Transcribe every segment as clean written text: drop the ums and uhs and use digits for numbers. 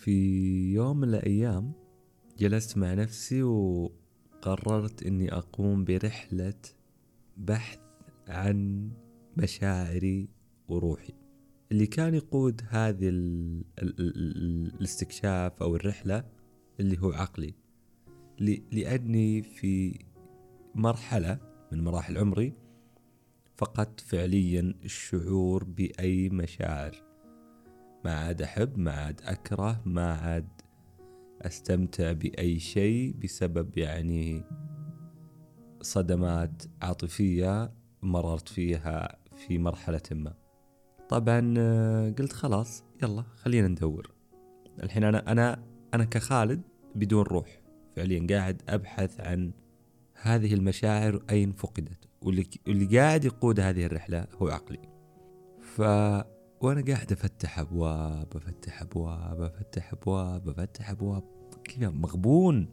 في يوم من الأيام جلست مع نفسي وقررت أني أقوم برحلة بحث عن مشاعري وروحي. اللي كان يقود هذه الاستكشاف أو الرحلة اللي هو عقلي، لأني في مرحلة من مراحل عمري فقدت فعليا الشعور بأي مشاعر. ما عاد أحب، ما عاد أكره، ما عاد أستمتع بأي شيء بسبب صدمات عاطفية مررت فيها في مرحلة ما. طبعا قلت خلاص يلا خلينا ندور. الحين أنا كخالد بدون روح، فعليا قاعد أبحث عن هذه المشاعر أين فقدت، واللي قاعد يقود هذه الرحلة هو عقلي. وأنا قاعد أفتح أبواب أفتح أبواب أفتح أبواب أفتح أبواب كذا مغبون.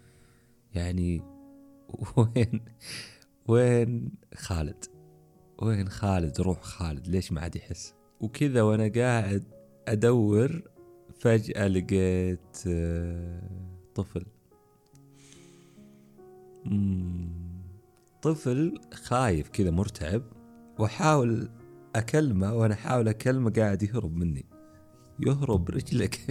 وين خالد؟ وين خالد؟ روح خالد ليش ما عاد يحس؟ وكذا وأنا قاعد أدور فجأة لقيت طفل خايف كذا مرتعب، وحاول أكلمه، وأنا حاول أكلمه قاعد يهرب مني. يهرب رجلك.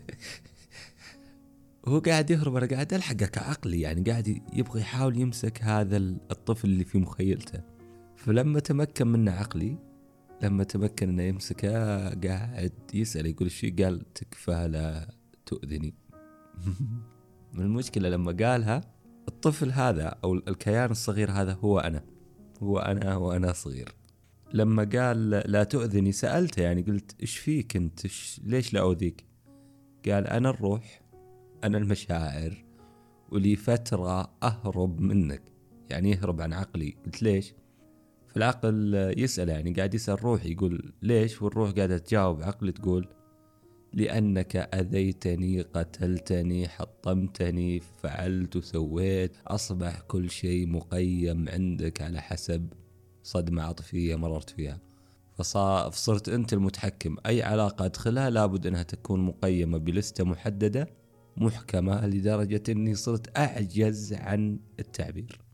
هو قاعد يهرب، أنا قاعد ألحقك عقلي، قاعد يبغى يحاول يمسك هذا الطفل اللي في مخيلته. فلما تمكن منه عقلي، لما تمكن أنه يمسكه، قاعد يسأل يقول الشيء، قال تكفى لا تؤذني. من المشكلة لما قالها الطفل هذا أو الكيان الصغير هذا هو أنا وأنا صغير. لما قال لا تؤذني سألته، قلت إيش فيك أنت؟ ليش لا أؤذيك؟ قال أنا الروح، أنا المشاعر، ولي فترة أهرب منك، يهرب عن عقلي. قلت ليش؟ فالعقل يسأل، قاعد يسأل روح يقول ليش، والروح قاعدة تجاوب عقل تقول لأنك أذيتني، قتلتني، حطمتني، فعلت وسويت، أصبح كل شيء مقيم عندك على حسب صدمة عاطفية مررت فيها. فصرت أنت المتحكم، أي علاقة أدخلها لابد أنها تكون مقيمة بلستة محددة محكمة، لدرجة أني صرت أعجز عن التعبير.